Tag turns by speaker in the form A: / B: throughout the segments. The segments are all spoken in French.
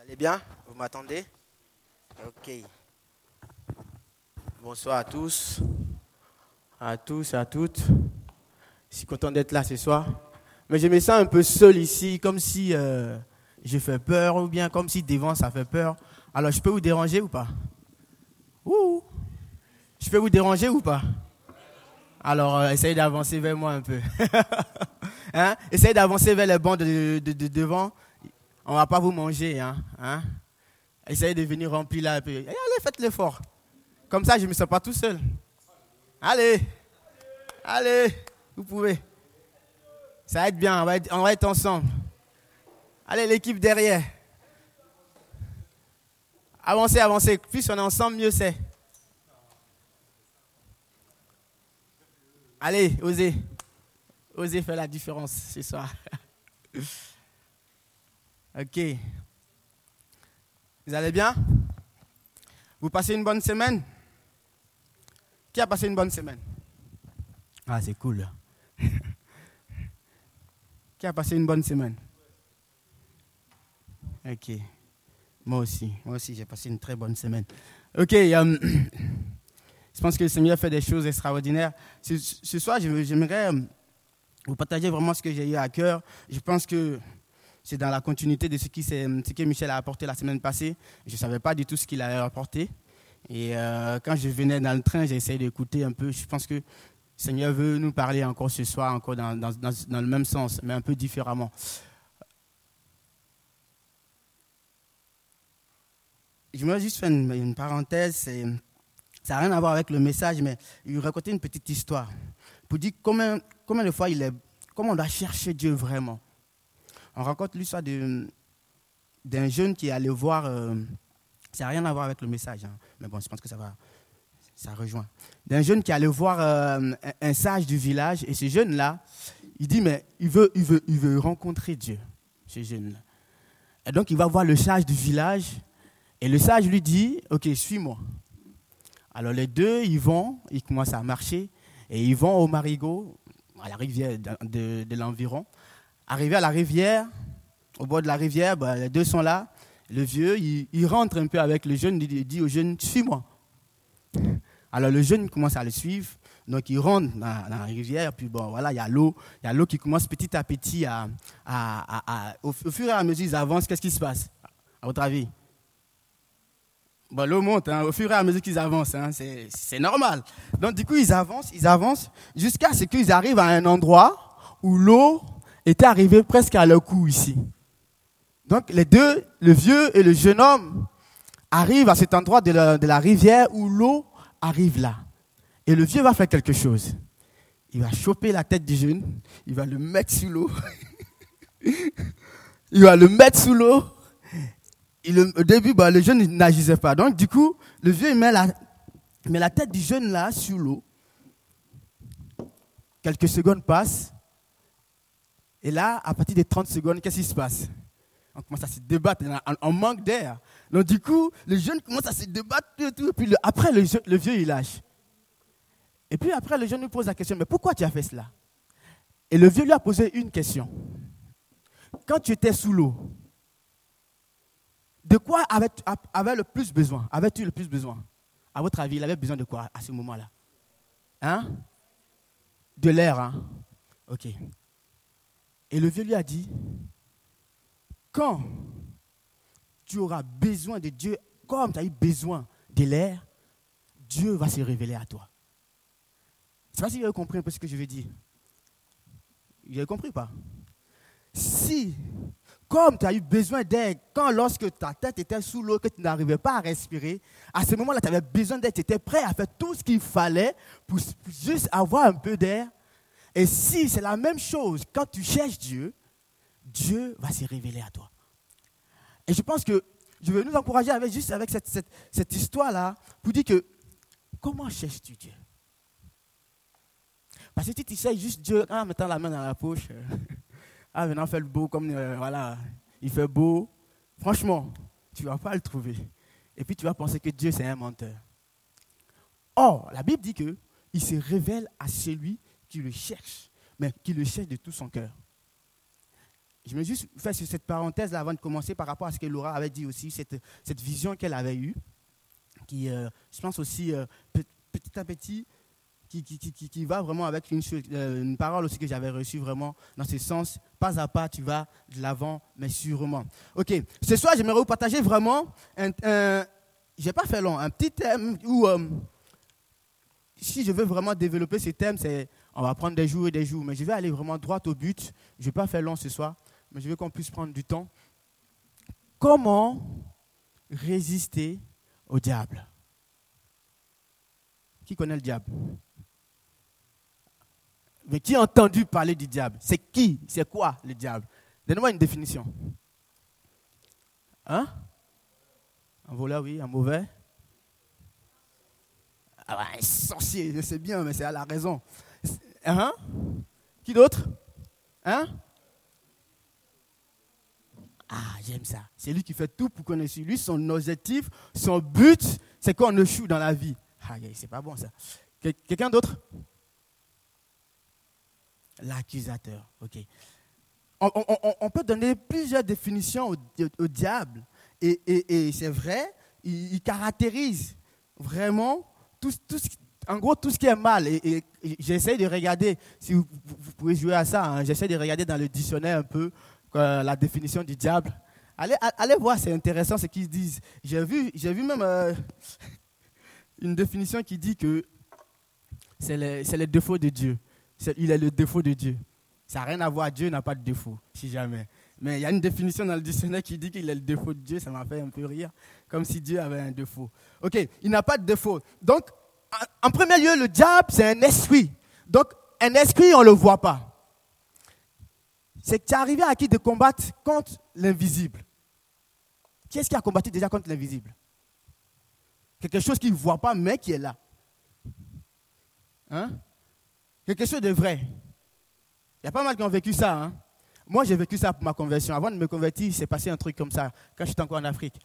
A: allez bien? Vous m'attendez? Ok. Bonsoir à tous, à toutes. Je suis content d'être là ce soir. Mais je me sens un peu seul ici, comme si je fais peur ou bien comme si devant ça fait peur. Alors, je peux vous déranger ou pas? Ouh! Je peux vous déranger ou pas? Alors, essayez d'avancer vers moi un peu. Hein? Essayez d'avancer vers les bancs de devant. On ne va pas vous manger. Hein? Essayez de venir remplir là un peu. Allez, faites l'effort. Comme ça, je ne me sens pas tout seul. Allez, vous pouvez. Ça va être bien, on va être ensemble. Allez, l'équipe derrière. Avancez. Plus on est ensemble, mieux c'est. Allez, osez. Osez faire la différence ce soir. Ok. Vous allez bien? Vous passez une bonne semaine? Qui a passé une bonne semaine? Ah, c'est cool. Qui a passé une bonne semaine? Ok. Moi aussi, j'ai passé une très bonne semaine. Ok, je pense que le Seigneur fait des choses extraordinaires. Ce soir, j'aimerais vous partager vraiment ce que j'ai eu à cœur. Je pense que c'est dans la continuité de ce que Michel a apporté la semaine passée. Je ne savais pas du tout ce qu'il allait apporter. Et quand je venais dans le train, j'ai essayé d'écouter un peu. Je pense que le Seigneur veut nous parler encore ce soir, encore dans le même sens, mais un peu différemment. Je me juste faire une parenthèse. Ça n'a rien à voir avec le message, mais il lui raconter une petite histoire pour dire combien de fois comment on doit chercher Dieu vraiment. On raconte l'histoire d'un jeune qui est allé voir, ça n'a rien à voir avec le message, hein, mais bon, je pense que ça rejoint. D'un jeune qui est allé voir un sage du village, et ce jeune-là, il dit, mais il veut rencontrer Dieu, ce jeune-là. Et donc, il va voir le sage du village, et le sage lui dit, ok, suis-moi. Alors les deux, ils commencent à marcher, et ils vont au marigot, à la rivière de l'environ. Arrivé à la rivière, au bord de la rivière, les deux sont là. Le vieux, il rentre un peu avec le jeune, il dit au jeune, suis-moi. Alors le jeune commence à le suivre, donc il rentre dans la rivière, puis bon, voilà, il y a l'eau qui commence petit à petit au fur et à mesure qu'ils avancent, qu'est-ce qui se passe, à votre avis? Bon, l'eau monte, hein, au fur et à mesure qu'ils avancent, hein, c'est normal. Donc du coup, ils avancent, jusqu'à ce qu'ils arrivent à un endroit où l'eau était arrivée presque à leur cou ici. Donc les deux, le vieux et le jeune homme, arrivent à cet endroit de la rivière où l'eau arrive là. Et le vieux va faire quelque chose. Il va choper la tête du jeune, il va le mettre sous l'eau. Au début, le jeune n'agissait pas. Donc, du coup, le vieux il met la tête du jeune là sous l'eau. Quelques secondes passent. Et là, à partir de 30 secondes, qu'est-ce qui se passe? On commence à se débattre, on manque d'air. Donc, du coup, le jeune commence à se débattre, tout. Et puis, après, le vieux, il lâche. Et puis, après, le jeune lui pose la question, mais pourquoi tu as fait cela? Et le vieux lui a posé une question. Quand tu étais sous l'eau, de quoi avais-tu le plus besoin? À votre avis, il avait besoin de quoi à ce moment-là? Hein? De l'air, hein? Ok. Et le vieux lui a dit, quand tu auras besoin de Dieu, comme tu as eu besoin de l'air, Dieu va se révéler à toi. Je ne sais pas si vous avez compris un peu ce que je veux dire. Vous avez compris ou pas? Si, comme tu as eu besoin d'air, lorsque ta tête était sous l'eau, que tu n'arrivais pas à respirer, à ce moment-là, tu avais besoin d'air, tu étais prêt à faire tout ce qu'il fallait pour juste avoir un peu d'air. Et si c'est la même chose, quand tu cherches Dieu, Dieu va se révéler à toi. Et je pense que je veux nous encourager avec cette histoire-là pour dire que comment cherches-tu Dieu? Parce que si tu cherches juste Dieu en mettant la main dans la poche, maintenant fait le beau, comme voilà, il fait beau. Franchement, tu ne vas pas le trouver. Et puis tu vas penser que Dieu c'est un menteur. Or, la Bible dit qu'il se révèle à celui qui le cherche, mais qui le cherche de tout son cœur. je me juste fait sur cette parenthèse là avant de commencer par rapport à ce que Laura avait dit aussi, cette vision qu'elle avait eue, qui, je pense aussi, petit à petit, qui va vraiment avec une parole aussi que j'avais reçue vraiment dans ce sens. Pas à pas, tu vas de l'avant, mais sûrement. Ok, ce soir, j'aimerais vous partager vraiment, je n'ai pas fait long, un petit thème où, si je veux vraiment développer ce thème, on va prendre des jours et des jours, mais je vais aller vraiment droit au but. Je ne vais pas faire long ce soir, mais je veux qu'on puisse prendre du temps. Comment résister au diable? Qui connaît le diable? Mais qui a entendu parler du diable? C'est qui? C'est quoi le diable? Donnez-moi une définition. Hein? Un voleur, oui. Un mauvais? Ah ouais, un sorcier, je sais bien, mais c'est à la raison. Hein? Qui d'autre? Hein? Ah, j'aime ça. C'est lui qui fait tout pour qu'on échoue. Lui, son objectif, son but, c'est qu'on échoue dans la vie. Ah, c'est pas bon ça. Quelqu'un d'autre? L'accusateur, ok. On peut donner plusieurs définitions au diable. Et c'est vrai, il caractérise vraiment en gros tout ce qui est mal. Et j'essaie de regarder, si vous pouvez jouer à ça, hein, j'essaie de regarder dans le dictionnaire un peu la définition du diable. Allez voir, c'est intéressant ce qu'ils disent. J'ai vu même une définition qui dit que c'est le défaut de Dieu. Il est le défaut de Dieu. Ça n'a rien à voir, Dieu n'a pas de défaut, si jamais. Mais il y a une définition dans le dictionnaire qui dit qu'il est le défaut de Dieu, ça m'a fait un peu rire, comme si Dieu avait un défaut. Ok, il n'a pas de défaut. Donc, en premier lieu, le diable, c'est un esprit. Donc, un esprit, on ne le voit pas. C'est que tu es arrivé à qui de combattre contre l'invisible. Qui est-ce qui a combattu déjà contre l'invisible? Quelque chose qu'il ne voit pas, mais qui est là. Hein? Quelque chose de vrai. Il y a pas mal qui ont vécu ça. Hein? Moi, j'ai vécu ça pour ma conversion. Avant de me convertir, il s'est passé un truc comme ça, quand j'étais encore en Afrique.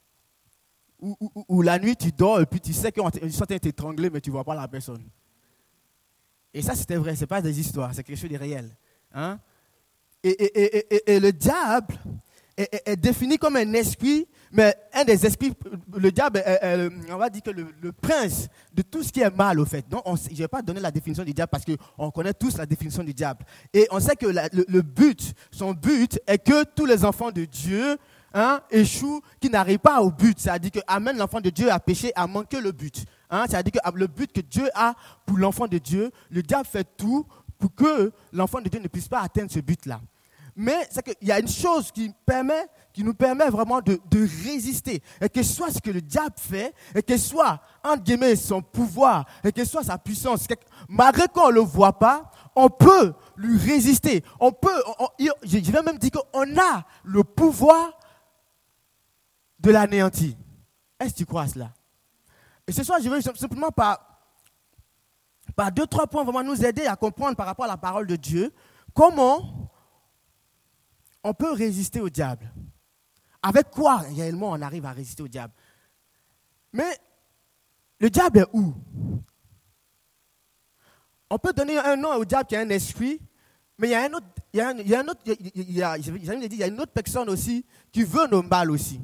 A: Où la nuit, tu dors et puis tu sais qu'ils sont en train de t'étrangler, mais tu ne vois pas la personne. Et ça, c'était vrai. Ce n'est pas des histoires, c'est quelque chose de réel. Hein? Et le diable est défini comme un esprit, mais un des esprits, le diable, on va dire que le prince de tout ce qui est mal, au fait. Donc, je ne vais pas donner la définition du diable parce qu'on connaît tous la définition du diable. Et on sait que son but est que tous les enfants de Dieu échouent, qui n'arrivent pas au but. C'est-à-dire que amène l'enfant de Dieu à pécher, à manquer le but. C'est-à-dire que le but que Dieu a pour l'enfant de Dieu, le diable fait tout pour que l'enfant de Dieu ne puisse pas atteindre ce but-là. Mais c'est qu'il y a une chose qui nous permet vraiment de résister. Et que soit ce que le diable fait, et que soit, entre guillemets, son pouvoir, et que soit sa puissance, malgré qu'on ne le voit pas, on peut lui résister. Je vais même dire qu'on a le pouvoir de l'anéantir. Est-ce que tu crois à cela? Et ce soir, je vais simplement par 2-3 points vraiment nous aider à comprendre par rapport à la parole de Dieu, comment on peut résister au diable. Avec quoi réellement on arrive à résister au diable? Mais le diable est où? On peut donner un nom au diable qui est un esprit, mais il y a une autre personne aussi qui veut nos mal aussi.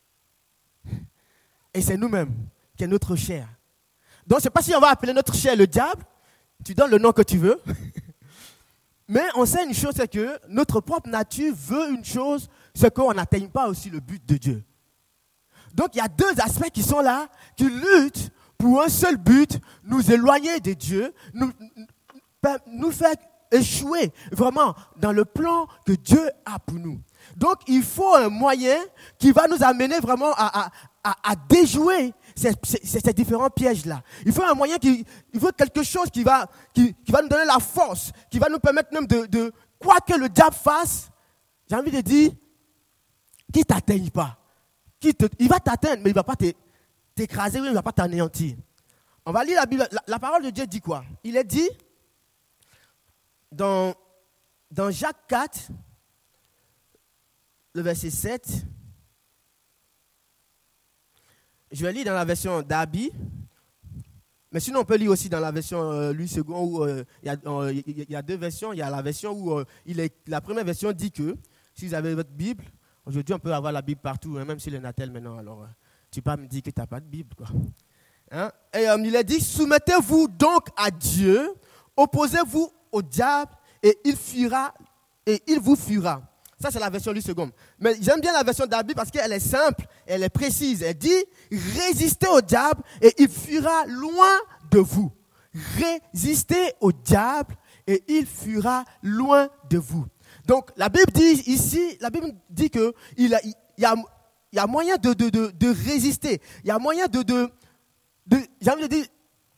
A: Et c'est nous-mêmes, qui est notre chair. Donc, ce n'est pas si on va appeler notre chair le diable, tu donnes le nom que tu veux. Mais on sait une chose, c'est que notre propre nature veut une chose, c'est qu'on n'atteigne pas aussi le but de Dieu. Donc, il y a deux aspects qui sont là, qui luttent pour un seul but, nous éloigner de Dieu, nous faire échouer vraiment dans le plan que Dieu a pour nous. Donc, il faut un moyen qui va nous amener vraiment à déjouer ces différents pièges-là. Il faut un moyen, il faut quelque chose qui va nous donner la force, qui va nous permettre même de quoi que le diable fasse, j'ai envie de dire, qu'il ne t'atteigne pas. Il va t'atteindre, mais il ne va pas t'écraser, il ne va pas t'anéantir. On va lire la Bible. La parole de Dieu dit quoi? Il est dit dans Jacques 4, le verset 7. Je vais lire dans la version d'Abi, mais sinon on peut lire aussi dans la version Louis II où il y a deux versions. Il y a la version où la première version dit que
B: si vous avez votre Bible, aujourd'hui on peut avoir la Bible partout, hein, même s'il y en a tel maintenant. Alors, tu ne peux pas me dire que tu n'as pas de Bible, quoi. Hein? Et il a dit, soumettez-vous donc à Dieu, opposez-vous au diable et il vous fuira. Ça, c'est la version du second. Mais j'aime bien la version de la Bible parce qu'elle est simple, elle est précise. Elle dit, résistez au diable et il fuira loin de vous. Résistez au diable et il fuira loin de vous. Donc, la Bible dit ici, la Bible dit qu'il y a moyen de résister. Il y a moyen j'ai envie de dire,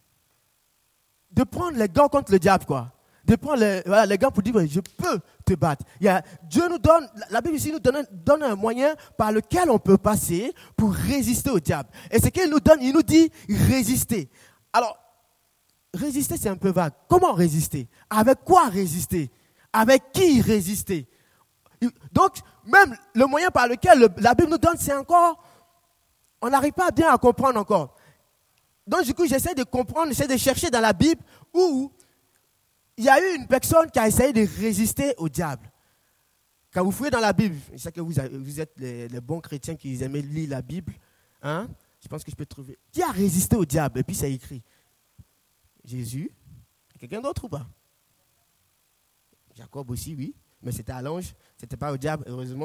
B: de prendre les gants contre le diable, quoi. De prendre les gants pour dire, je peux te battre. Dieu nous donne, la Bible ici nous donne un moyen par lequel on peut passer pour résister au diable. Et ce qu'il nous donne, il nous dit résister. Alors, résister, c'est un peu vague. Comment résister? Avec quoi résister? Avec qui résister? Donc, même le moyen par lequel la Bible nous donne, c'est encore, on n'arrive pas bien à comprendre encore. Donc, du coup, j'essaie de comprendre, j'essaie de chercher dans la Bible où il y a eu une personne qui a essayé de résister au diable. Quand vous fouillez dans la Bible, je sais que vous êtes les bons chrétiens qui aiment lire la Bible, hein, je pense que je peux trouver. Qui a résisté au diable? Et puis, c'est écrit. Jésus. Quelqu'un d'autre ou pas? Jacob aussi, oui. Mais c'était à l'ange. Ce n'était pas au diable, heureusement.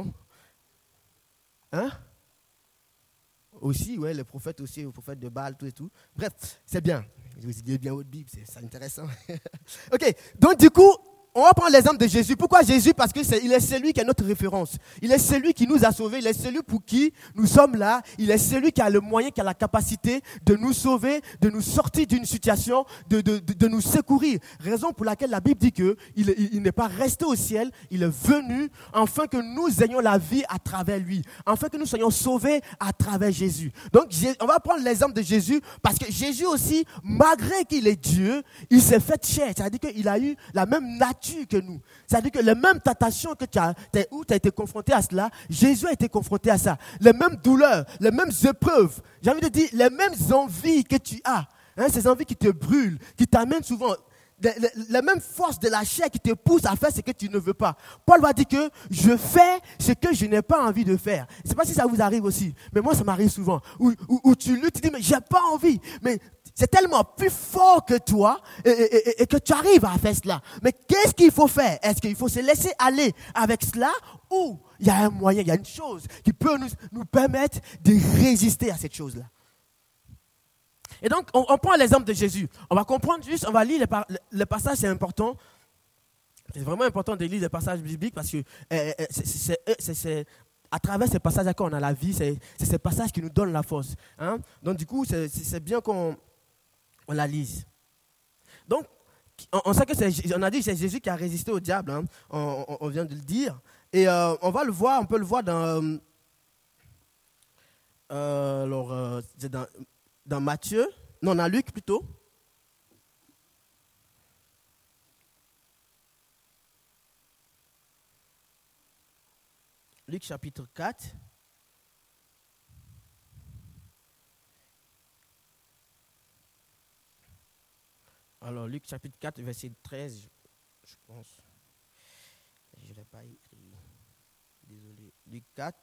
B: Hein? Aussi, ouais, les prophètes aussi, les prophètes de Baal, tout et tout. Bref, c'est bien. Vous lisez bien votre Bible, c'est intéressant. Ok, donc du coup, on va prendre l'exemple de Jésus. Pourquoi Jésus? Parce qu'il est celui qui est notre référence. Il est celui qui nous a sauvés. Il est celui pour qui nous sommes là. Il est celui qui a le moyen, qui a la capacité de nous sauver, de nous sortir d'une situation, de nous secourir. Raison pour laquelle la Bible dit qu'il n'est pas resté au ciel. Il est venu afin que nous ayons la vie à travers lui. Afin que nous soyons sauvés à travers Jésus. Donc, on va prendre l'exemple de Jésus parce que Jésus aussi, malgré qu'il est Dieu, il s'est fait chair. C'est-à-dire qu'il a eu la même nature que nous. C'est-à-dire que les mêmes tentations que tu as été confronté à cela, Jésus a été confronté à ça. Les mêmes douleurs, les mêmes épreuves, j'ai envie de dire, les mêmes envies que tu as. Hein, ces envies qui te brûlent, qui t'amènent souvent, les mêmes forces de la chair qui te poussent à faire ce que tu ne veux pas. Paul va dire que je fais ce que je n'ai pas envie de faire. Je ne sais pas si ça vous arrive aussi, mais moi ça m'arrive souvent. Où tu luttes, tu dis mais j'ai pas envie. Mais c'est tellement plus fort que toi et que tu arrives à faire cela. Mais qu'est-ce qu'il faut faire? Est-ce qu'il faut se laisser aller avec cela ou il y a un moyen, il y a une chose qui peut nous permettre de résister à cette chose-là? Et donc, on prend l'exemple de Jésus. On va comprendre juste, on va lire le passage, c'est important. C'est vraiment important de lire les passages bibliques parce que c'est à travers ces passages-là qu'on a la vie, c'est ces passages qui nous donnent la force. Hein? Donc, du coup, c'est bien qu'on la lise. Donc, on sait que on a dit que c'est Jésus qui a résisté au diable. Hein? On vient de le dire. Et on va le voir, on peut le voir dans... c'est dans Matthieu, non, dans Luc plutôt. Luc chapitre 4. Alors, Luc chapitre 4, verset 13, je pense. Je ne l'ai pas écrit. Désolé. Luc 4.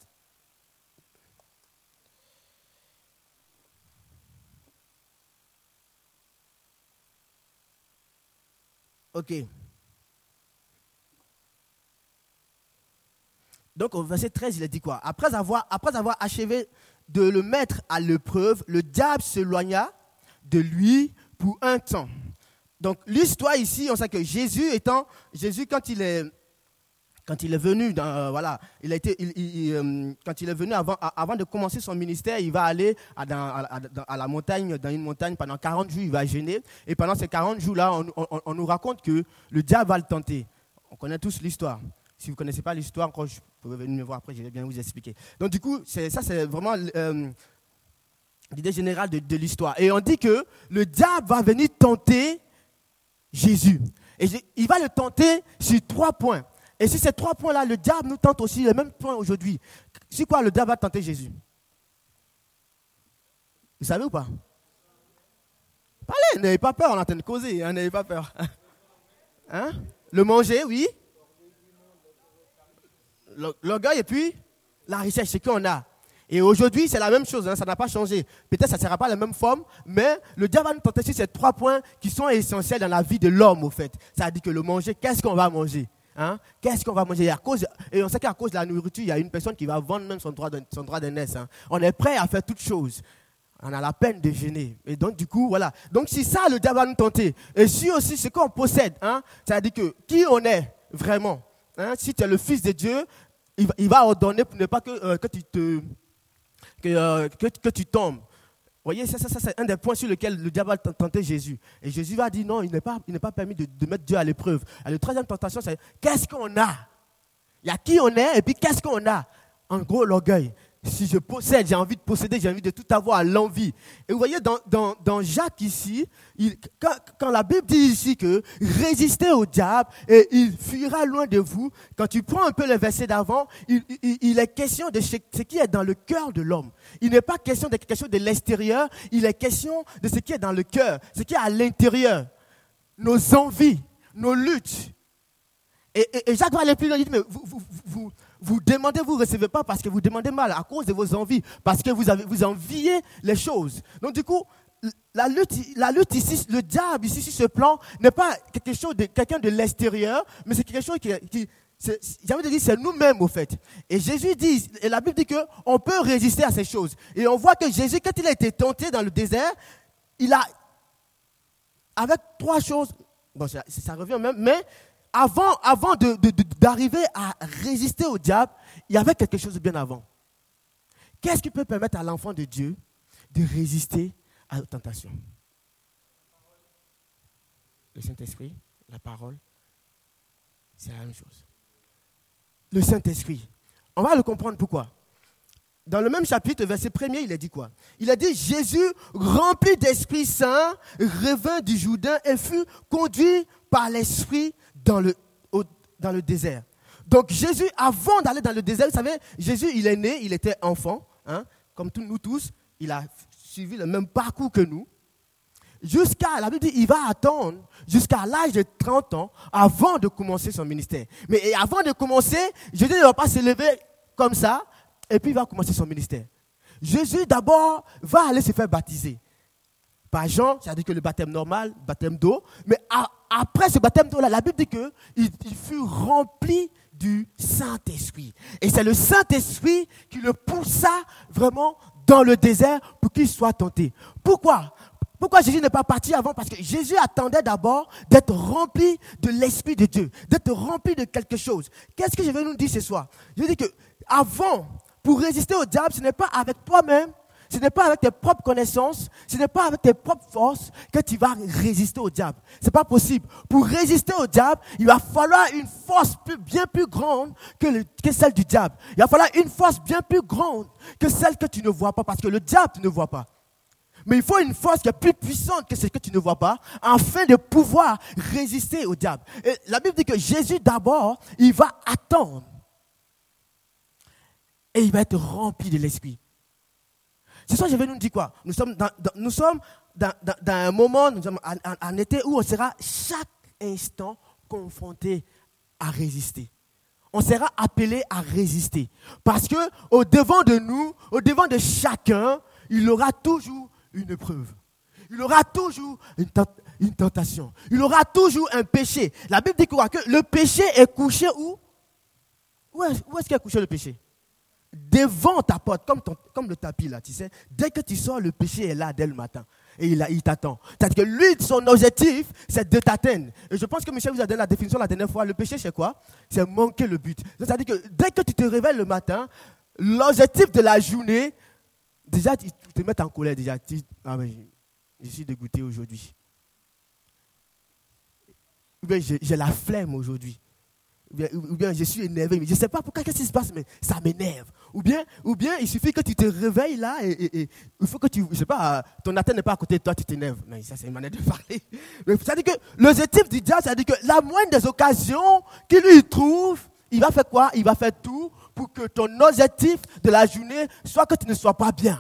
B: Ok. Donc au verset 13, il a dit quoi? Après avoir achevé de le mettre à l'épreuve, le diable s'éloigna de lui pour un temps. Donc l'histoire ici, on sait que Jésus quand il est venu, quand il est venu avant de commencer son ministère, il va aller à la montagne, dans une montagne pendant 40 jours, il va jeûner. Et pendant ces 40 jours-là, on nous raconte que le diable va le tenter. On connaît tous l'histoire. Si vous ne connaissez pas l'histoire, encore, vous pouvez venir me voir après, je vais bien vous expliquer. Donc du coup, c'est vraiment l'idée générale de l'histoire. Et on dit que le diable va venir tenter Jésus. Et il va le tenter sur 3 points. Et sur ces 3 points-là, le diable nous tente aussi les mêmes points aujourd'hui. Sur quoi le diable va tenter Jésus? Vous savez ou pas? Parlez, n'ayez pas peur, on est en train de causer, n'ayez pas peur. Hein? Le manger, oui. L'orgueil et puis la richesse, c'est qu'on a. Et aujourd'hui, c'est la même chose, ça n'a pas changé. Peut-être que ça ne sera pas la même forme, mais le diable va nous tenter sur ces 3 points qui sont essentiels dans la vie de l'homme, au fait. Ça dit que le manger, qu'est-ce qu'on va manger? Qu'est-ce qu'on va manger? Et on sait qu'à cause de la nourriture, il y a une personne qui va vendre même son droit d'aînesse. On est prêt à faire toutes choses. On a la peine de gêner. Et donc, du coup, voilà. Donc, c'est ça, le diable va nous tenter. Et si aussi, ce qu'on possède, ça dit que qui on est vraiment. Si tu es le Fils de Dieu, il va ordonner pour ne pas que tu tombes. Vous voyez, ça c'est un des points sur lesquels le diable va tenter Jésus. Et Jésus va dire non, il n'est pas permis de mettre Dieu à l'épreuve. Et la troisième tentation, c'est qu'est-ce qu'on a? Il y a qui on est et puis qu'est-ce qu'on a? En gros, l'orgueil. Si je possède, j'ai envie de posséder, j'ai envie de tout avoir à l'envie. Et vous voyez, dans Jacques ici, quand la Bible dit ici que résistez au diable et il fuira loin de vous, quand tu prends un peu le verset d'avant, il est question de ce qui est dans le cœur de l'homme. Il n'est pas question de quelque chose de l'extérieur, il est question de ce qui est dans le cœur, ce qui est à l'intérieur. Nos envies, nos luttes. Et Jacques va aller plus loin, il dit, mais vous demandez, vous ne recevez pas parce que vous demandez mal à cause de vos envies, parce que vous enviez les choses. Donc du coup, la lutte ici, le diable ici sur ce plan n'est pas quelque chose de quelqu'un de l'extérieur, mais c'est quelque chose qui j'ai envie de dire, c'est nous-mêmes au fait. Et Jésus dit, et la Bible dit qu'on peut résister à ces choses. Et on voit que Jésus, quand il a été tenté dans le désert, il a, avec 3 choses, bon ça revient même, mais avant d'arriver à résister au diable, il y avait quelque chose de bien avant. Qu'est-ce qui peut permettre à l'enfant de Dieu de résister à la tentation? Le Saint-Esprit, la parole, c'est la même chose. Le Saint-Esprit. On va le comprendre pourquoi. Dans le même chapitre, verset 1er, il a dit quoi? Il a dit, Jésus, rempli d'Esprit Saint, revint du Jourdain et fut conduit par l'Esprit dans le désert. Donc Jésus, avant d'aller dans le désert, vous savez, Jésus, il est né, il était enfant, comme nous tous, il a suivi le même parcours que nous. La Bible dit, il va attendre jusqu'à l'âge de 30 ans avant de commencer son ministère. Mais avant de commencer, Jésus ne va pas se lever comme ça, et puis il va commencer son ministère. Jésus, d'abord, va aller se faire baptiser. Par Jean, c'est-à-dire que le baptême normal, baptême d'eau. Mais après ce baptême d'eau-là, la Bible dit qu'il fut rempli du Saint-Esprit. Et c'est le Saint-Esprit qui le poussa vraiment dans le désert pour qu'il soit tenté. Pourquoi Jésus n'est pas parti avant? Parce que Jésus attendait d'abord d'être rempli de l'Esprit de Dieu, d'être rempli de quelque chose. Qu'est-ce que je vais nous dire ce soir? Je veux dire que avant, pour résister au diable, ce n'est pas avec toi-même, ce n'est pas avec tes propres connaissances, ce n'est pas avec tes propres forces que tu vas résister au diable. Ce n'est pas possible. Pour résister au diable, il va falloir une force bien plus grande que celle du diable. Il va falloir une force bien plus grande que celle que tu ne vois pas, parce que le diable, tu ne vois pas. Mais il faut une force qui est plus puissante que ce que tu ne vois pas, afin de pouvoir résister au diable. Et la Bible dit que Jésus, d'abord, il va attendre. Et il va être rempli de l'Esprit. Ce soir, je vais nous dire quoi? Nous sommes dans un moment, nous sommes en été où on sera chaque instant confronté à résister. On sera appelé à résister. Parce que au devant de nous, au devant de chacun, il aura toujours une épreuve. Il aura toujours une tentation. Il aura toujours un péché. La Bible dit quoi? Que le péché est couché où? Où est-ce qu'il est couché le péché? Devant ta porte, comme le tapis là, tu sais. Dès que tu sors, le péché est là dès le matin. Et il t'attend. C'est-à-dire que lui, son objectif, c'est de t'atteindre. Et je pense que Michel vous a donné la définition la dernière fois. Le péché, c'est quoi? C'est manquer le but. C'est-à-dire que dès que tu te réveilles le matin, l'objectif de la journée, déjà, tu te mets en colère. Déjà, je suis dégoûté aujourd'hui. J'ai la flemme aujourd'hui. Ou bien je suis énervé, mais je ne sais pas pourquoi, qu'est-ce qui se passe, mais ça m'énerve. Ou bien il suffit que tu te réveilles là et il faut que je ne sais pas, ton atteinte n'est pas à côté de toi, tu t'énerves. Non, ça c'est une manière de parler. Mais c'est-à-dire que l'objectif du diable, c'est-à-dire que la moindre des occasions qu'il lui trouve, il va faire quoi? Il va faire tout pour que ton objectif de la journée soit que tu ne sois pas bien.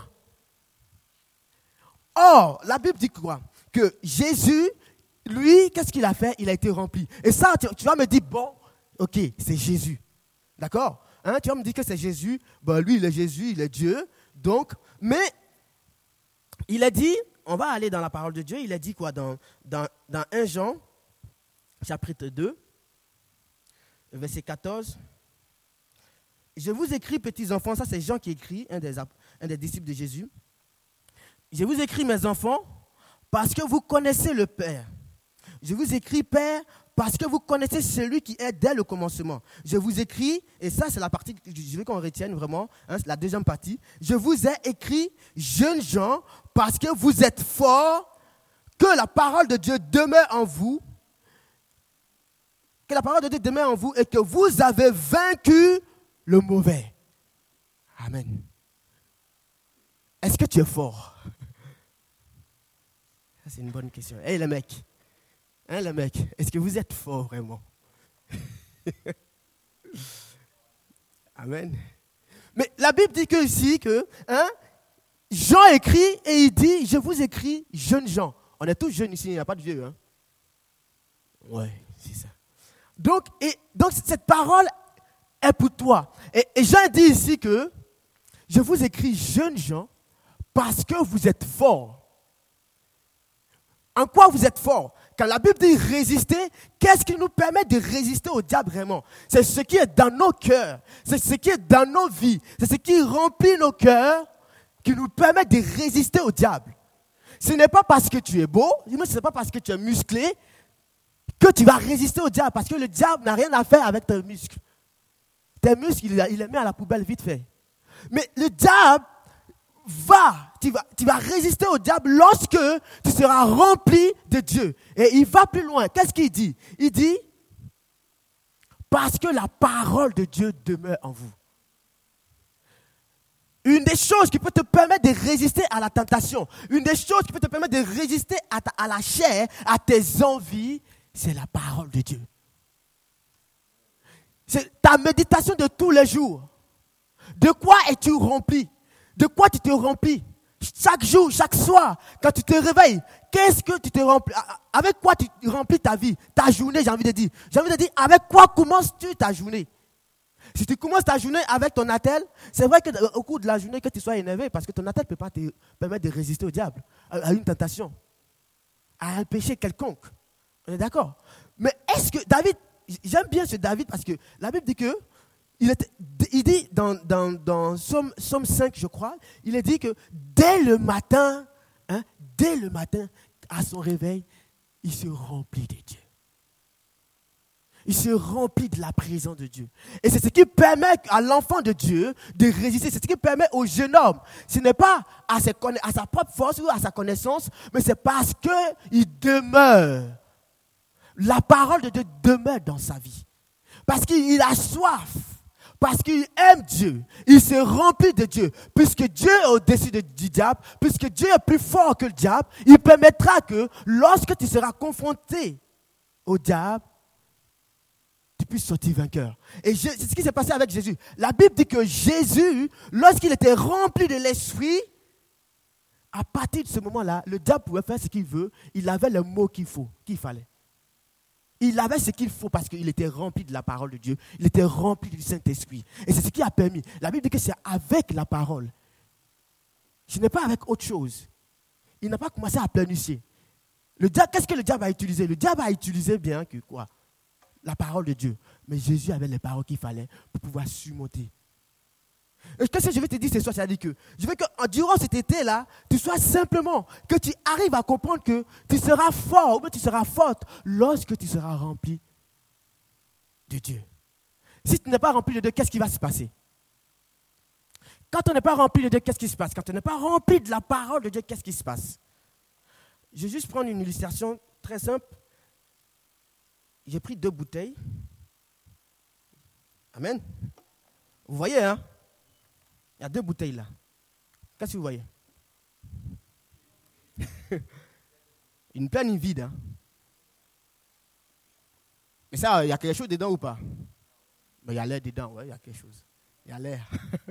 B: Or, la Bible dit quoi? Que Jésus, lui, qu'est-ce qu'il a fait? Il a été rempli. Et ça, tu vas me dire, bon, ok, c'est Jésus. D'accord? Hein, tu vas me dire que c'est Jésus. Ben, lui, il est Jésus, il est Dieu. Donc, mais il a dit, on va aller dans la parole de Dieu, il a dit quoi dans 1 Jean, chapitre 2, verset 14. Je vous écris, petits enfants, ça c'est Jean qui écrit, un des disciples de Jésus. Je vous écris, mes enfants, parce que vous connaissez le Père. Je vous écris, Père, parce que vous connaissez celui qui est dès le commencement. Je vous écris, et ça c'est la partie que je veux qu'on retienne vraiment, hein, la deuxième partie. Je vous ai écrit, jeunes gens, parce que vous êtes forts, que la parole de Dieu demeure en vous, que la parole de Dieu demeure en vous et que vous avez vaincu le mauvais. Amen. Est-ce que tu es fort? Ça, c'est une bonne question. Hey, les mecs. Hein, les mecs, est-ce que vous êtes forts vraiment? Amen. Mais la Bible dit que ici, que Jean écrit et il dit, je vous écris, jeunes gens. On est tous jeunes ici, il n'y a pas de vieux. Hein? Oui, c'est ça. Donc, cette parole est pour toi. Et Jean dit ici que je vous écris, jeunes gens, parce que vous êtes forts. En quoi vous êtes forts? Quand la Bible dit résister, qu'est-ce qui nous permet de résister au diable vraiment? C'est ce qui est dans nos cœurs, c'est ce qui est dans nos vies, c'est ce qui remplit nos cœurs qui nous permet de résister au diable. Ce n'est pas parce que tu es beau, ce n'est pas parce que tu es musclé que tu vas résister au diable, parce que le diable n'a rien à faire avec tes muscles. Tes muscles, il les met à la poubelle vite fait. Mais le diable tu vas résister au diable lorsque tu seras rempli de Dieu. Et il va plus loin. Qu'est-ce qu'il dit? Il dit, parce que la parole de Dieu demeure en vous. Une des choses qui peut te permettre de résister à la tentation, une des choses qui peut te permettre de résister à la chair, à tes envies, c'est la parole de Dieu. C'est ta méditation de tous les jours. De quoi es-tu rempli? De quoi tu te remplis? Chaque jour, chaque soir, quand tu te réveilles, qu'est-ce que tu te remplis? Avec quoi tu remplis ta vie, ta journée, j'ai envie de dire. J'ai envie de dire, avec quoi commences-tu ta journée? Si tu commences ta journée avec ton attel, c'est vrai qu'au cours de la journée, que tu sois énervé, parce que ton attel ne peut pas te permettre de résister au diable, à une tentation, à un péché quelconque. On est d'accord? Mais est-ce que David, j'aime bien ce David parce que la Bible dit que, il dit dans Somme 5, je crois, il est dit que dès le matin, à son réveil, il se remplit de Dieu. Il se remplit de la présence de Dieu. Et c'est ce qui permet à l'enfant de Dieu de résister. C'est ce qui permet au jeune homme. Ce n'est pas à sa propre force ou à sa connaissance, mais c'est parce qu'il demeure. La parole de Dieu demeure dans sa vie. Parce qu'il a soif. Parce qu'il aime Dieu, il se remplit de Dieu. Puisque Dieu est au-dessus du diable, puisque Dieu est plus fort que le diable, il permettra que lorsque tu seras confronté au diable, tu puisses sortir vainqueur. Et c'est ce qui s'est passé avec Jésus. La Bible dit que Jésus, lorsqu'il était rempli de l'esprit, à partir de ce moment-là, le diable pouvait faire ce qu'il veut, il avait le mot qu'il fallait. Il avait ce qu'il faut parce qu'il était rempli de la parole de Dieu. Il était rempli du Saint-Esprit. Et c'est ce qui a permis. La Bible dit que c'est avec la parole. Ce n'est pas avec autre chose. Il n'a pas commencé à planifier. Qu'est-ce que le diable a utilisé? Le diable a utilisé bien que quoi? La parole de Dieu. Mais Jésus avait les paroles qu'il fallait pour pouvoir surmonter. Et qu'est-ce que je vais te dire ce soir? C'est-à-dire que je veux que durant cet été-là, tu sois simplement, que tu arrives à comprendre que tu seras fort ou bien tu seras forte lorsque tu seras rempli de Dieu. Si tu n'es pas rempli de Dieu, qu'est-ce qui va se passer? Quand on n'est pas rempli de Dieu, qu'est-ce qui se passe? Quand on n'est pas rempli de la parole de Dieu, qu'est-ce qui se passe? Je vais juste prendre une illustration très simple. J'ai pris 2 bouteilles. Amen. Vous voyez, hein? Il y a 2 bouteilles là. Qu'est-ce que vous voyez? Une pleine, une vide. Hein? Mais ça, il y a quelque chose dedans ou pas? Mais il y a l'air dedans, ouais, il y a quelque chose. Il y a l'air.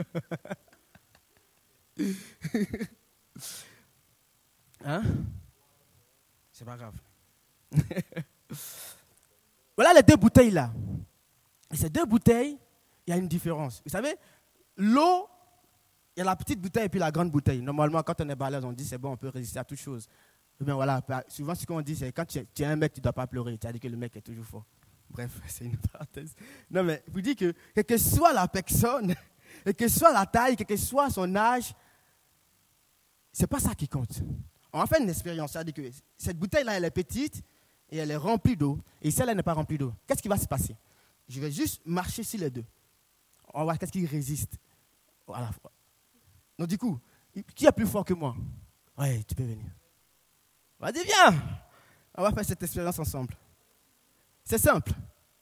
B: Hein? C'est pas grave. Voilà les 2 bouteilles là. Et ces 2 bouteilles,
A: Il y a une différence. Vous savez, l'eau, il y a la petite bouteille et puis la grande bouteille. Normalement, quand on est balèze, on dit c'est bon, on peut résister à toute chose. Eh bien, voilà, souvent, ce qu'on dit, c'est quand tu es un mec, tu ne dois pas pleurer. Tu as dit que le mec est toujours fort. Bref, c'est une parenthèse. Non, mais vous dites que quelle que soit la personne, quelle que soit la taille, quel que soit son âge, ce n'est pas ça qui compte. On va faire une expérience. C'est-à-dire que cette bouteille-là, elle est petite et elle est remplie d'eau. Et celle-là n'est pas remplie d'eau. Qu'est-ce qui va se passer? Je vais juste marcher sur les deux. On va voir qu'est-ce qui résiste à la fois. Donc, du coup, qui est plus fort que moi? Oui, tu peux venir. Vas-y, viens. On va faire cette expérience ensemble. C'est simple.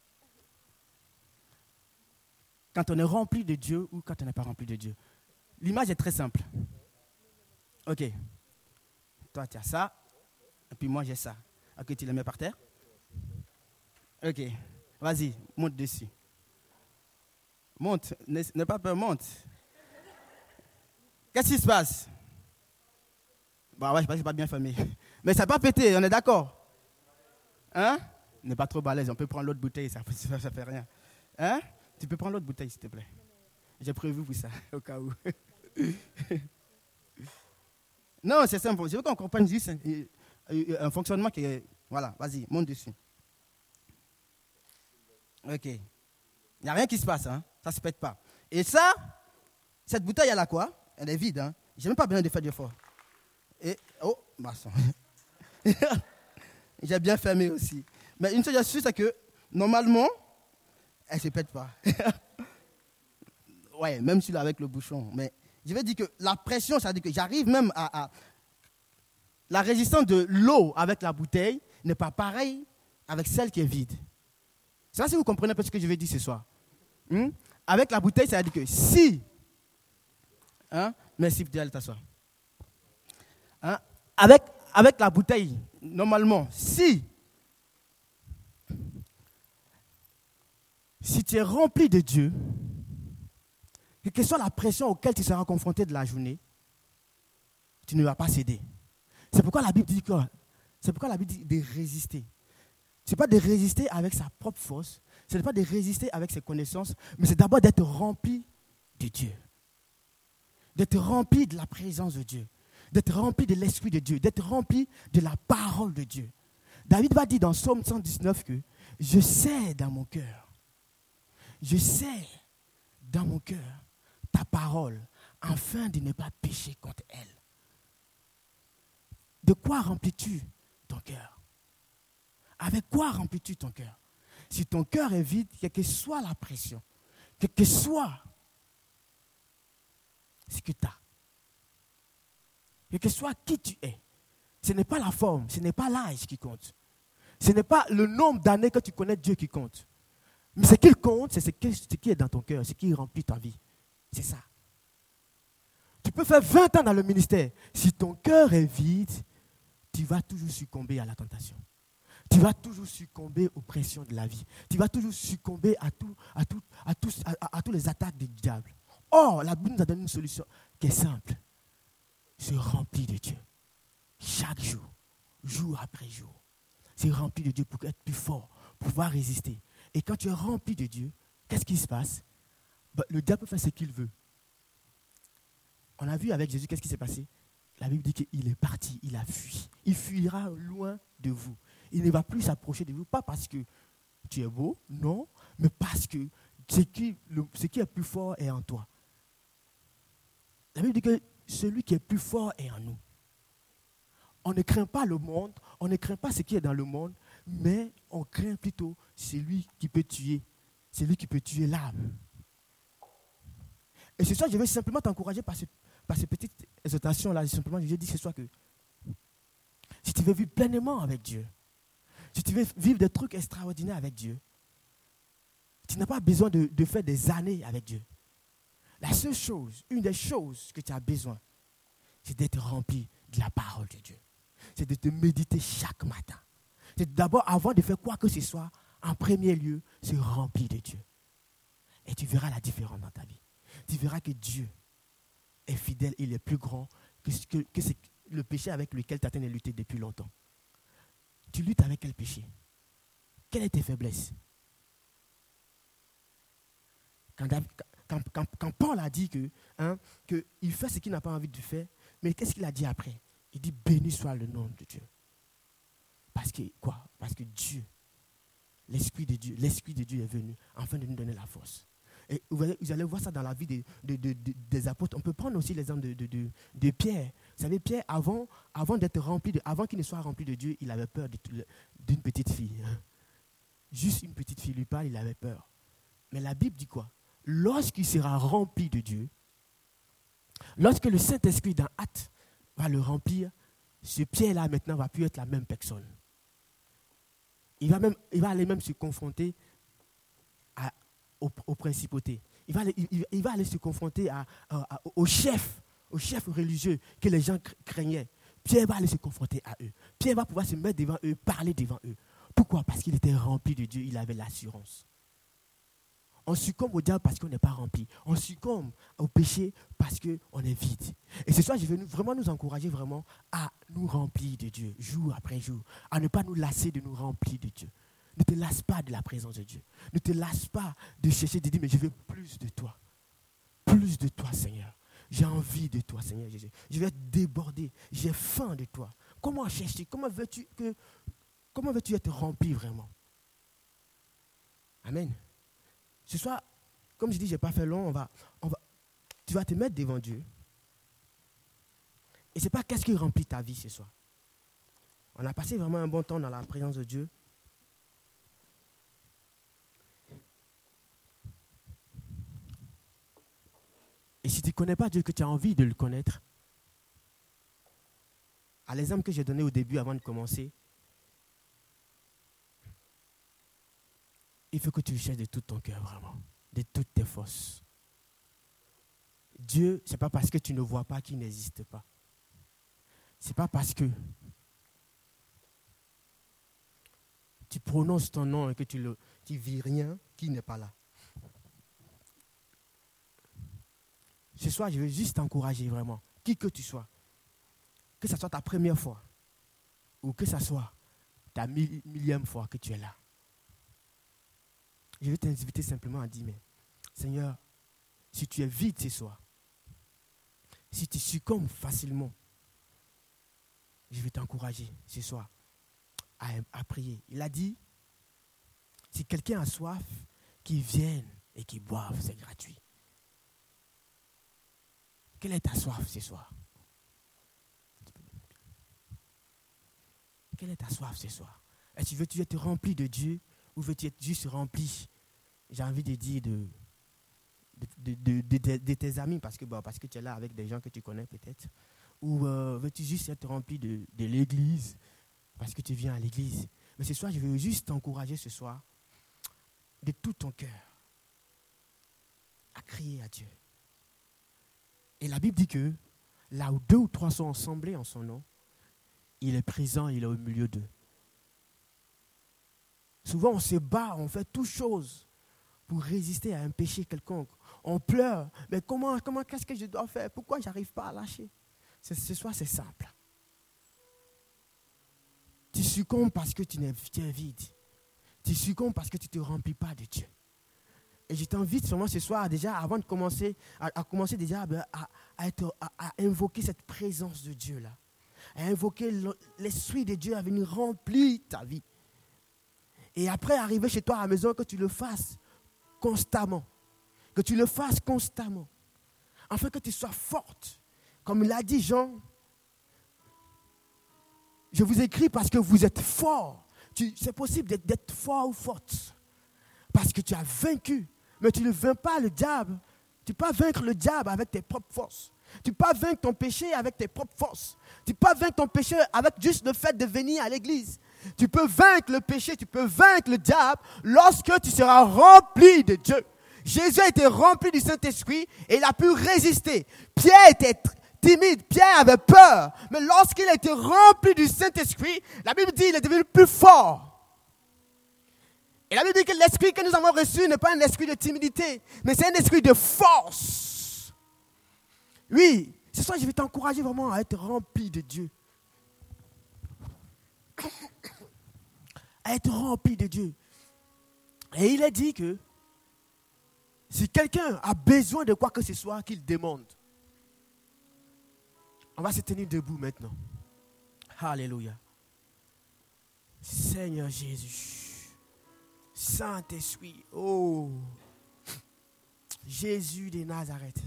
A: Quand on est rempli de Dieu ou quand on n'est pas rempli de Dieu. L'image est très simple. Ok. Toi, tu as ça. Et puis moi, j'ai ça. Ok, tu les mets par terre. Ok. Vas-y, monte dessus. Monte. N'aie pas peur, monte. Qu'est-ce qui se passe? Bon, ouais, je pense que c'est pas bien fermé. Mais ça n'a pas pété, on est d'accord? Hein? N'est pas trop balèze, on peut prendre l'autre bouteille, ça fait rien. Hein? Tu peux prendre l'autre bouteille, s'il te plaît. J'ai prévu pour ça, au cas où. Non, c'est simple. Je veux qu'on comprenne juste un fonctionnement qui est... Voilà, vas-y, monte dessus. Ok. Il n'y a rien qui se passe, hein? Ça ne se pète pas. Et ça, cette bouteille, elle a quoi? Elle est vide, hein? Je n'ai même pas besoin de faire d'effort. Et, oh, maçon. J'ai bien fermé aussi. Mais une chose je suis, c'est que, normalement, elle ne se pète pas. Ouais, même si là avec le bouchon. Mais je vais dire que la pression, ça veut dire que j'arrive même à... La résistance de l'eau avec la bouteille n'est pas pareille avec celle qui est vide. C'est ça si vous comprenez un peu ce que je vais dire ce soir. Avec la bouteille, ça veut dire que si... Hein? Merci, tu allez t'asseoir. Hein? Avec la bouteille, normalement, si tu es rempli de Dieu, quelle que soit la pression auquel tu seras confronté de la journée, tu ne vas pas céder. C'est pourquoi la Bible dit quoi? C'est pourquoi la Bible dit de résister. Ce n'est pas de résister avec sa propre force, ce n'est pas de résister avec ses connaissances, mais c'est d'abord d'être rempli de Dieu. D'être rempli de la présence de Dieu. D'être rempli de l'Esprit de Dieu. D'être rempli de la parole de Dieu. David va dire dans Psaume 119 que je sais dans mon cœur. Je sais dans mon cœur ta parole, afin de ne pas pécher contre elle. De quoi remplis-tu ton cœur? Avec quoi remplis-tu ton cœur? Si ton cœur est vide, quelle que soit la pression, quel que soit ce que tu as, quel que soit qui tu es, ce n'est pas la forme, ce n'est pas l'âge qui compte. Ce n'est pas le nombre d'années que tu connais Dieu qui compte. Mais ce qui compte, c'est ce qui est dans ton cœur, ce qui remplit ta vie. C'est ça. Tu peux faire 20 ans dans le ministère. Si ton cœur est vide, tu vas toujours succomber à la tentation. Tu vas toujours succomber aux pressions de la vie. Tu vas toujours succomber à tous les attaques du diable. Or, la Bible nous a donné une solution qui est simple. Se remplir de Dieu. Chaque jour, jour après jour. Se remplir de Dieu pour être plus fort, pour pouvoir résister. Et quand tu es rempli de Dieu, qu'est-ce qui se passe? Le diable peut faire ce qu'il veut. On a vu avec Jésus, qu'est-ce qui s'est passé? La Bible dit qu'il est parti, il a fui. Il fuira loin de vous. Il ne va plus s'approcher de vous, pas parce que tu es beau, non, mais parce que ce qui est plus fort est en toi. La Bible dit que celui qui est plus fort est en nous. On ne craint pas le monde, on ne craint pas ce qui est dans le monde, mais on craint plutôt celui qui peut tuer l'âme. Et c'est ça, je vais simplement t'encourager par ces petites exhortations-là. Simplement, je vais dire ce soir que si tu veux vivre pleinement avec Dieu, si tu veux vivre des trucs extraordinaires avec Dieu, tu n'as pas besoin de faire des années avec Dieu. La seule chose, une des choses que tu as besoin, c'est d'être rempli de la parole de Dieu. C'est de te méditer chaque matin. C'est d'abord, avant de faire quoi que ce soit, en premier lieu, se remplir de Dieu. Et tu verras la différence dans ta vie. Tu verras que Dieu est fidèle, il est plus grand que le péché avec lequel tu as tenu à lutter depuis longtemps. Tu luttes avec quel péché? Quelles sont tes faiblesses?
B: Quand Paul a dit qu'il fait ce qu'il n'a pas envie de faire, mais qu'est-ce qu'il a dit après? Il dit béni soit le nom de Dieu. Parce que quoi? Parce que Dieu, l'Esprit de Dieu est venu afin de nous donner la force. Et vous allez voir ça dans la vie des apôtres. On peut prendre aussi l'exemple de Pierre. Vous savez, Pierre, avant qu'il ne soit rempli de Dieu, il avait peur d'une petite fille. Juste une petite fille lui parle, il avait peur. Mais la Bible dit quoi? Lorsqu'il sera rempli de Dieu, lorsque le Saint-Esprit dans Actes va le remplir, ce Pierre-là maintenant va plus être la même personne. Il va aller même se confronter aux principautés. Il va aller se confronter aux chefs religieux que les gens craignaient. Pierre va aller se confronter à eux. Pierre va pouvoir se mettre devant eux, parler devant eux. Pourquoi? Parce qu'il était rempli de Dieu, il avait l'assurance. On succombe au diable parce qu'on n'est pas rempli. On succombe au péché parce qu'on est vide. Et ce soir, je veux vraiment nous encourager vraiment à nous remplir de Dieu, jour après jour. À ne pas nous lasser de nous remplir de Dieu. Ne te lasse pas de la présence de Dieu. Ne te lasse pas de chercher, de dire, mais je veux plus de toi. Plus de toi, Seigneur. J'ai envie de toi, Seigneur Jésus. Je vais être débordé. J'ai faim de toi. Comment chercher? Comment veux-tu être rempli vraiment? Amen. Ce soir, comme je dis, je n'ai pas fait long, tu vas te mettre devant Dieu. Et ce n'est pas qu'est-ce qui remplit ta vie ce soir. On a passé vraiment un bon temps dans la présence de Dieu. Et si tu ne connais pas Dieu, que tu as envie de le connaître, à l'exemple que j'ai donné au début avant de commencer, il faut que tu le cherches de tout ton cœur, vraiment, de toutes tes forces. Dieu, ce n'est pas parce que tu ne vois pas qu'il n'existe pas. Ce n'est pas parce que tu prononces ton nom et que tu vis rien qu'il n'est pas là. Ce soir, je veux juste t'encourager vraiment, qui que tu sois, que ce soit ta première fois ou que ce soit ta millième fois que tu es là. Je veux t'inviter simplement à dire, mais Seigneur, si tu es vide ce soir, si tu succombes facilement, je vais t'encourager ce soir à prier. Il a dit, si quelqu'un a soif, qu'il vienne et qu'il boive, c'est gratuit. Quelle est ta soif ce soir? Quelle est ta soif ce soir? Est-ce que veux-tu être rempli de Dieu ou veux-tu être juste rempli, j'ai envie de dire, de tes amis parce que tu es là avec des gens que tu connais peut-être? Ou veux-tu juste être rempli de l'église parce que tu viens à l'église? Mais ce soir, je veux juste t'encourager ce soir de tout ton cœur à crier à Dieu. Et la Bible dit que là où 2 ou 3 sont assemblés en son nom, il est présent, il est au milieu d'eux. Souvent, on se bat, on fait toutes choses pour résister à un péché quelconque. On pleure, mais comment qu'est-ce que je dois faire? Pourquoi je n'arrive pas à lâcher? Ce soir, c'est simple. Tu succombes parce que tu es vide. Tu succombes parce que tu ne te remplis pas de Dieu. Et je t'invite vraiment ce soir, déjà, avant de commencer, à commencer déjà à invoquer cette présence de Dieu-là. À invoquer l'Esprit de Dieu à venir remplir ta vie. Et après, arriver chez toi à la maison, que tu le fasses constamment. Que tu le fasses constamment. Afin que tu sois forte. Comme l'a dit Jean, je vous écris parce que vous êtes forts. C'est possible d'être fort ou forte. Parce que tu as vaincu. Mais tu ne vaincs pas le diable. Tu ne peux pas vaincre le diable avec tes propres forces. Tu ne peux pas vaincre ton péché avec tes propres forces. Tu ne peux pas vaincre ton péché avec juste le fait de venir à l'église. Tu peux vaincre le péché, tu peux vaincre le diable lorsque tu seras rempli de Dieu. Jésus a été rempli du Saint-Esprit et il a pu résister. Pierre était timide, Pierre avait peur. Mais lorsqu'il a été rempli du Saint-Esprit, la Bible dit qu'il est devenu plus fort. Et la Bible dit que l'esprit que nous avons reçu n'est pas un esprit de timidité, mais c'est un esprit de force. Oui, ce soir je vais t'encourager vraiment à être rempli de Dieu. À être rempli de Dieu. Et il a dit que Si quelqu'un a besoin de quoi que ce soit, qu'il demande. On va se tenir debout maintenant. Alléluia. Seigneur Jésus. Saint-Esprit. Oh. Jésus de Nazareth.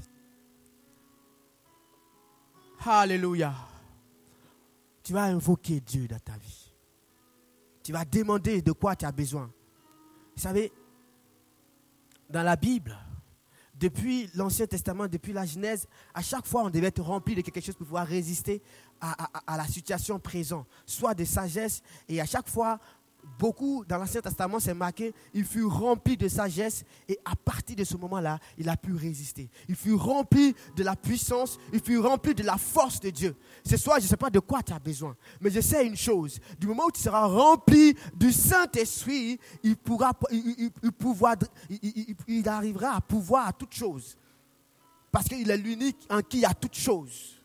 B: Alléluia. Tu vas invoquer Dieu dans ta vie. Tu vas demander de quoi tu as besoin. Vous savez, dans la Bible, depuis l'Ancien Testament, depuis la Genèse, à chaque fois, on devait être rempli de quelque chose pour pouvoir résister à la situation présente, soit de sagesse. Et à chaque fois, beaucoup dans l'Ancien Testament, c'est marqué, il fut rempli de sagesse et à partir de ce moment-là, il a pu résister. Il fut rempli de la puissance, il fut rempli de la force de Dieu. Ce soir, je ne sais pas de quoi tu as besoin, mais je sais une chose, du moment où tu seras rempli du Saint-Esprit, il arrivera à pouvoir à toute chose. Parce qu'il est l'unique en qui il y a toute chose.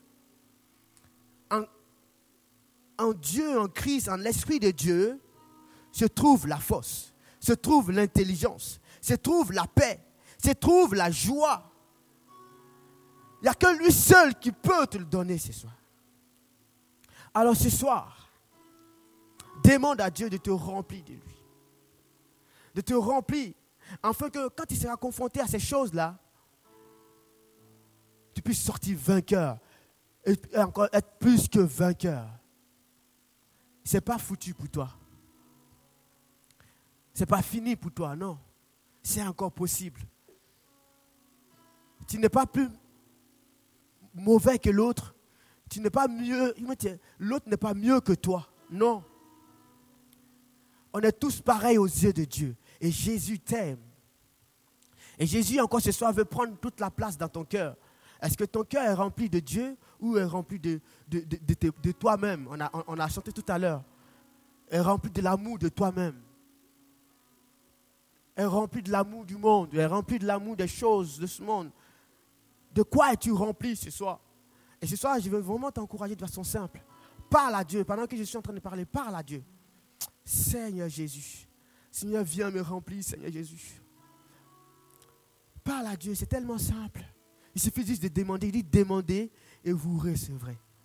B: En Dieu, en Christ, en l'Esprit de Dieu, se trouve la force, se trouve l'intelligence, se trouve la paix, se trouve la joie. Il n'y a que lui seul qui peut te le donner ce soir. Alors ce soir, demande à Dieu de te remplir de lui. De te remplir, afin que quand tu seras confronté à ces choses-là, tu puisses sortir vainqueur et encore être plus que vainqueur. Ce n'est pas foutu pour toi. Ce n'est pas fini pour toi, non. C'est encore possible. Tu n'es pas plus mauvais que l'autre. Tu n'es pas mieux. L'autre n'est pas mieux que toi. Non. On est tous pareils aux yeux de Dieu. Et Jésus t'aime. Et Jésus, encore ce soir, veut prendre toute la place dans ton cœur. Est-ce que ton cœur est rempli de Dieu ou est rempli de toi-même? On a chanté tout à l'heure. Est rempli de l'amour de toi-même. Est rempli de l'amour du monde. Est rempli de l'amour des choses de ce monde. De quoi es-tu rempli ce soir? Et ce soir, je veux vraiment t'encourager de façon simple. Parle à Dieu. Pendant que je suis en train de parler, parle à Dieu. Seigneur Jésus. Seigneur, viens me remplir, Seigneur Jésus. Parle à Dieu, c'est tellement simple. Il suffit juste de demander. Il dit demandez et vous recevrez.